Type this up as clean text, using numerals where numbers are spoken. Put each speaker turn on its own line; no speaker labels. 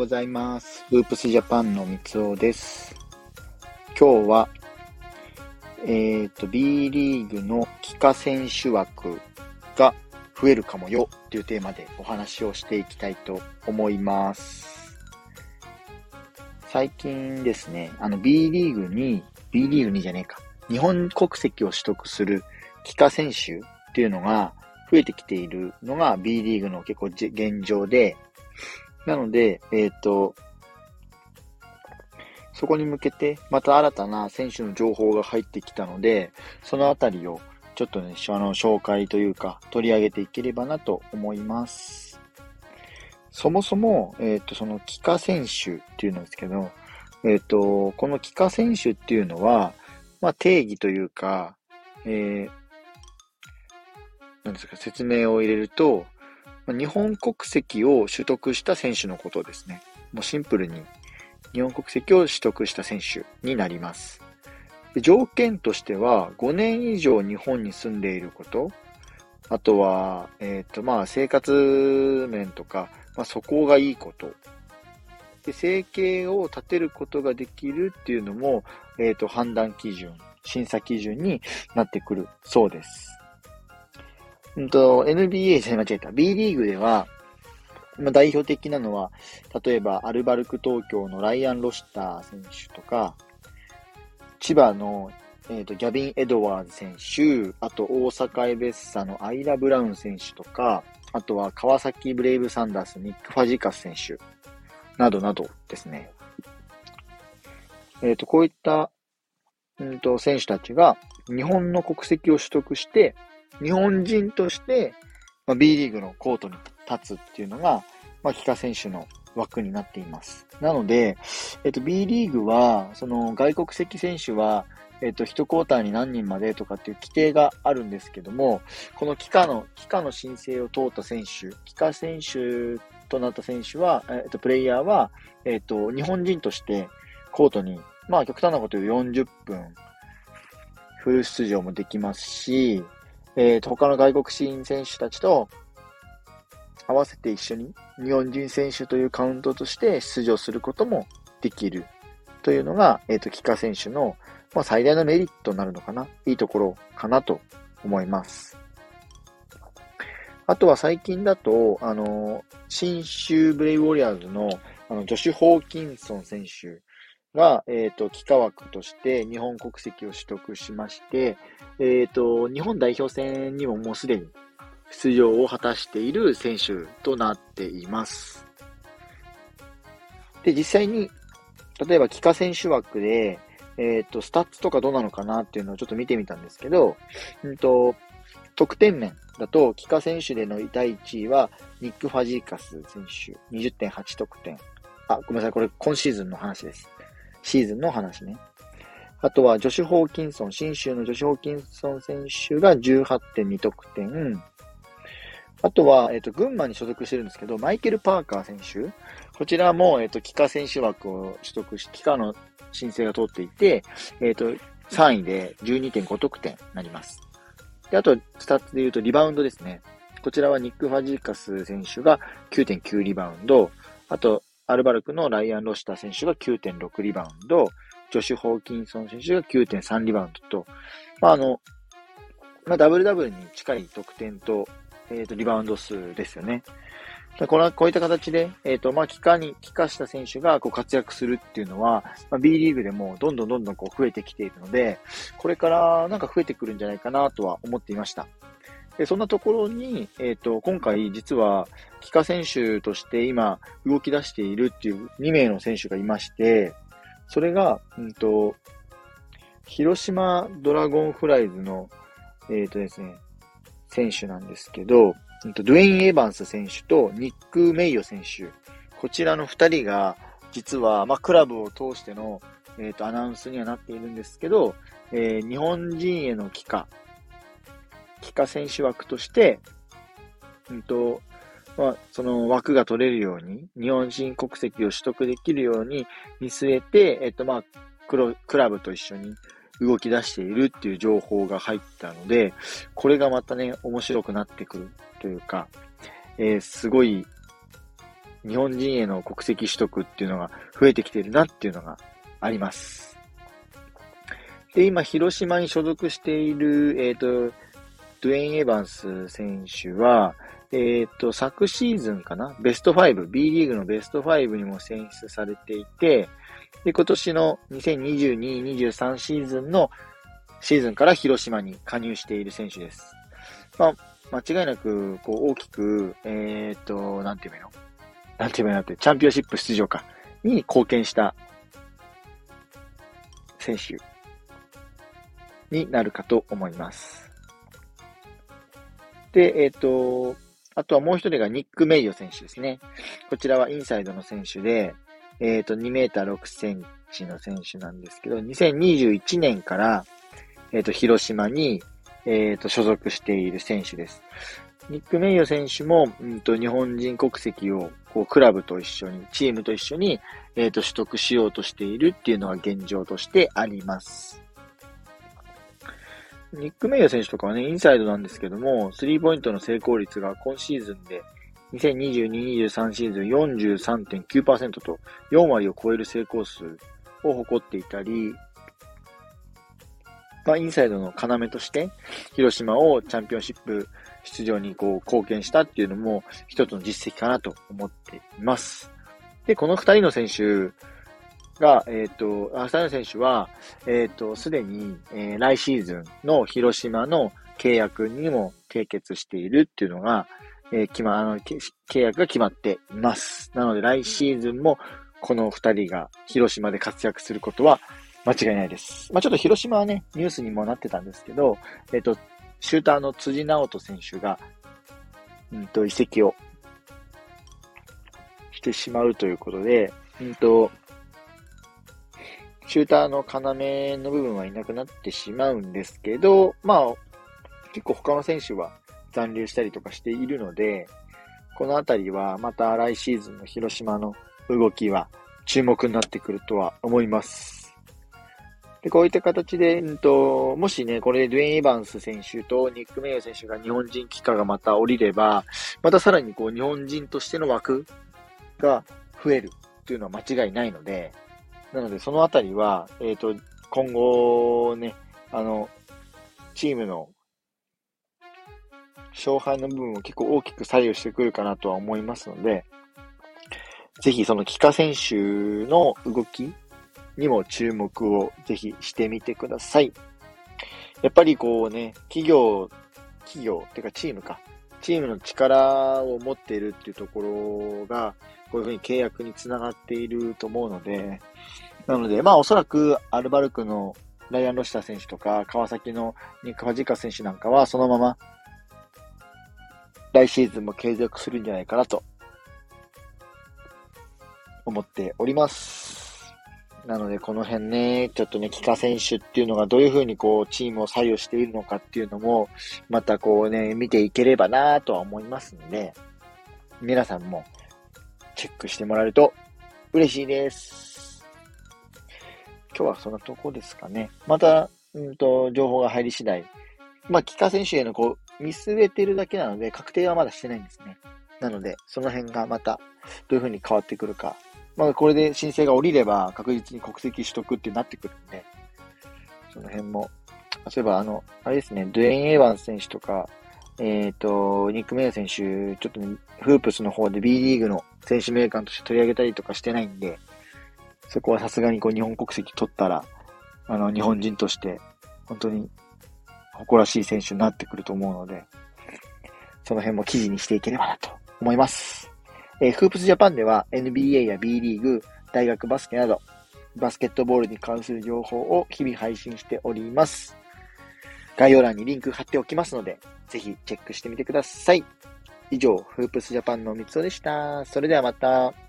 ございます。ウープスジャパンの三尾です。今日は、B リーグの帰化選手枠が増えるかもよというテーマでお話をしていきたいと思います。最近ですね、B リーグにじゃねえか、日本国籍を取得する帰化選手っていうのが増えてきているのが B リーグの結構現状で、なので、そこに向けてまた新たな選手の情報が入ってきたので、そのあたりをちょっとね、紹介というか取り上げていければなと思います。そもそも、その帰化選手っていうのですけど、この帰化選手っていうのは、定義というか、なんですか、説明を入れると、日本国籍を取得した選手のことですね。もうシンプルに日本国籍を取得した選手になります。条件としては5年以上日本に住んでいること、あとは、生活面とか、素行がいいこと、で生計を立てることができるっていうのも、判断基準、審査基準になってくるそうです。NBA じゃ間違えた。B リーグでは、代表的なのは、例えばアルバルク東京のライアン・ロシター選手とか、千葉の、ギャビン・エドワーズ選手、あと大阪エベッサのアイラ・ブラウン選手とか、あとは川崎ブレイブサンダース、ニック・ファジカス選手、などなどですね。こういった、選手たちが日本の国籍を取得して、日本人として、B リーグのコートに立つっていうのが、帰化選手の枠になっています。なので、B リーグは、その外国籍選手は、1クォーターに何人までとかっていう規定があるんですけども、この帰化の申請を通った選手、帰化選手となった選手は、プレイヤーは、日本人としてコートに、極端なこと言う40分、フル出場もできますし、他の外国人選手たちと合わせて一緒に日本人選手というカウントとして出場することもできるというのが、帰化選手の、最大のメリットになるのかな、いいところかなと思います。あとは最近だと、信州ブレイブウォリアーズの、ジョシュ・ホーキンソン選手が、帰化枠として日本国籍を取得しまして、日本代表戦にももうすでに出場を果たしている選手となっています。で、実際に、例えば帰化選手枠で、スタッツとかどうなのかなっていうのをちょっと見てみたんですけど、得点面だと、帰化選手での第1位は、ニック・ファジーカス選手、20.8 得点。ごめんなさい、これ今シーズンの話です。シーズンの話ね。あとは、ジョシュ・ホーキンソン、信州のジョシュ・ホーキンソン選手が 18.2 得点。あとは、群馬に所属してるんですけど、マイケル・パーカー選手。こちらも、帰化選手枠を取得し、帰化の申請が通っていて、3位で 12.5 得点になります。で、あと、スタッツで言うと、リバウンドですね。こちらはニック・ファジーカス選手が 9.9 リバウンド。あと、アルバルクのライアン・ロシター選手が 9.6 リバウンド。ジョシュ・ホーキンソン選手が 9.3 リバウンドと、ダブルダブルに近い得点と、リバウンド数ですよね。こういった形で、帰化した選手が活躍するっていうのは、B リーグでもどんどん増えてきているので、これから増えてくるんじゃないかなとは思っていました。で、そんなところに、今回実は帰化選手として今動き出しているっていう2名の選手がいまして、それが、広島ドラゴンフライズの、ですね、選手なんですけど、ドゥエイン・エヴァンス選手とニック・メイヨ選手。こちらの2人が、実は、クラブを通しての、アナウンスにはなっているんですけど、日本人への帰化選手枠として、その枠が取れるように、日本人国籍を取得できるように見据えて、クラブと一緒に動き出しているっていう情報が入ったので、これがまたね、面白くなってくるというか、すごい、 日本人への国籍取得っていうのが増えてきているなっていうのがあります。で、今、広島に所属している、ドゥエイン・エヴァンス選手は、昨シーズンかなベスト5、B リーグのベスト5にも選出されていて、で、今年の2022-23シーズンのシーズンから広島に加入している選手です。まあ、間違いなく、こう、大きく、なんて言えばいいのなんて言えばいいのって、チャンピオンシップ出場か、に貢献した選手になるかと思います。で、あとはもう一人がニック・メイヨ選手ですね。こちらはインサイドの選手で、2メーター6センチの選手なんですけど、2021年から、広島に、所属している選手です。ニック・メイヨ選手も、日本人国籍を、こう、クラブと一緒に、チームと一緒に、取得しようとしているっていうのが現状としてあります。ニック・メイヨ選手とかはね、インサイドなんですけども、スリーポイントの成功率が今シーズンで、2022-23シーズン 43.9% と4割を超える成功数を誇っていたり、インサイドの要として、広島をチャンピオンシップ出場にこう貢献したっていうのも一つの実績かなと思っています。で、この二人の選手が、二人の選手は、すでに、来シーズンの広島の契約にも締結しているっていうのが、契約が決まっています。なので来シーズンもこの二人が広島で活躍することは間違いないです。ちょっと広島はね、ニュースにもなってたんですけど、シューターの辻直人選手が、移籍をしてしまうということで、シューターの要の部分はいなくなってしまうんですけど、結構他の選手は残留したりとかしているので、このあたりはまた来シーズンの広島の動きは注目になってくるとは思います。で、こういった形で、もしね、これでドゥエイン・エヴァンス選手とニック・メイヨ選手が日本人帰化がまた降りれば、またさらにこう日本人としての枠が増えるというのは間違いないので、なのでそのあたりは、今後ね、チームの勝敗の部分を結構大きく左右してくるかなとは思いますので、ぜひその帰化選手の動きにも注目をぜひしてみてください。やっぱりこうね、企業っていうかチームの力を持っているっていうところが、こういうふうに契約につながっていると思うので、なので、おそらくアルバルクのライアン・ロシター選手とか、川崎のニック・ファジカ選手なんかは、そのまま来シーズンも継続するんじゃないかなと思っております。なので、この辺ね、ちょっとね、帰化選手っていうのがどういう風にこう、チームを左右しているのかっていうのも、またこうね、見ていければなとは思いますので、皆さんもチェックしてもらえると嬉しいです。今日はそんなとこですかね。また、情報が入り次第。帰化選手へのこう、見据えてるだけなので、確定はまだしてないんですね。なので、その辺がまた、どういう風に変わってくるか。これで申請が降りれば、確実に国籍取得ってなってくるんで、その辺も、そういえばあれですね、ドゥエイン・エヴァンス選手とか、ニック・メイヨ選手、ちょっとね、フープスの方で B リーグの選手名鑑として取り上げたりとかしてないんで、そこはさすがにこう日本国籍取ったら、日本人として、本当に誇らしい選手になってくると思うので、その辺も記事にしていければなと思います。フープスジャパンでは NBA や B リーグ、大学バスケなど、バスケットボールに関する情報を日々配信しております。概要欄にリンク貼っておきますので、ぜひチェックしてみてください。以上、フープスジャパンのみつおでした。それではまた。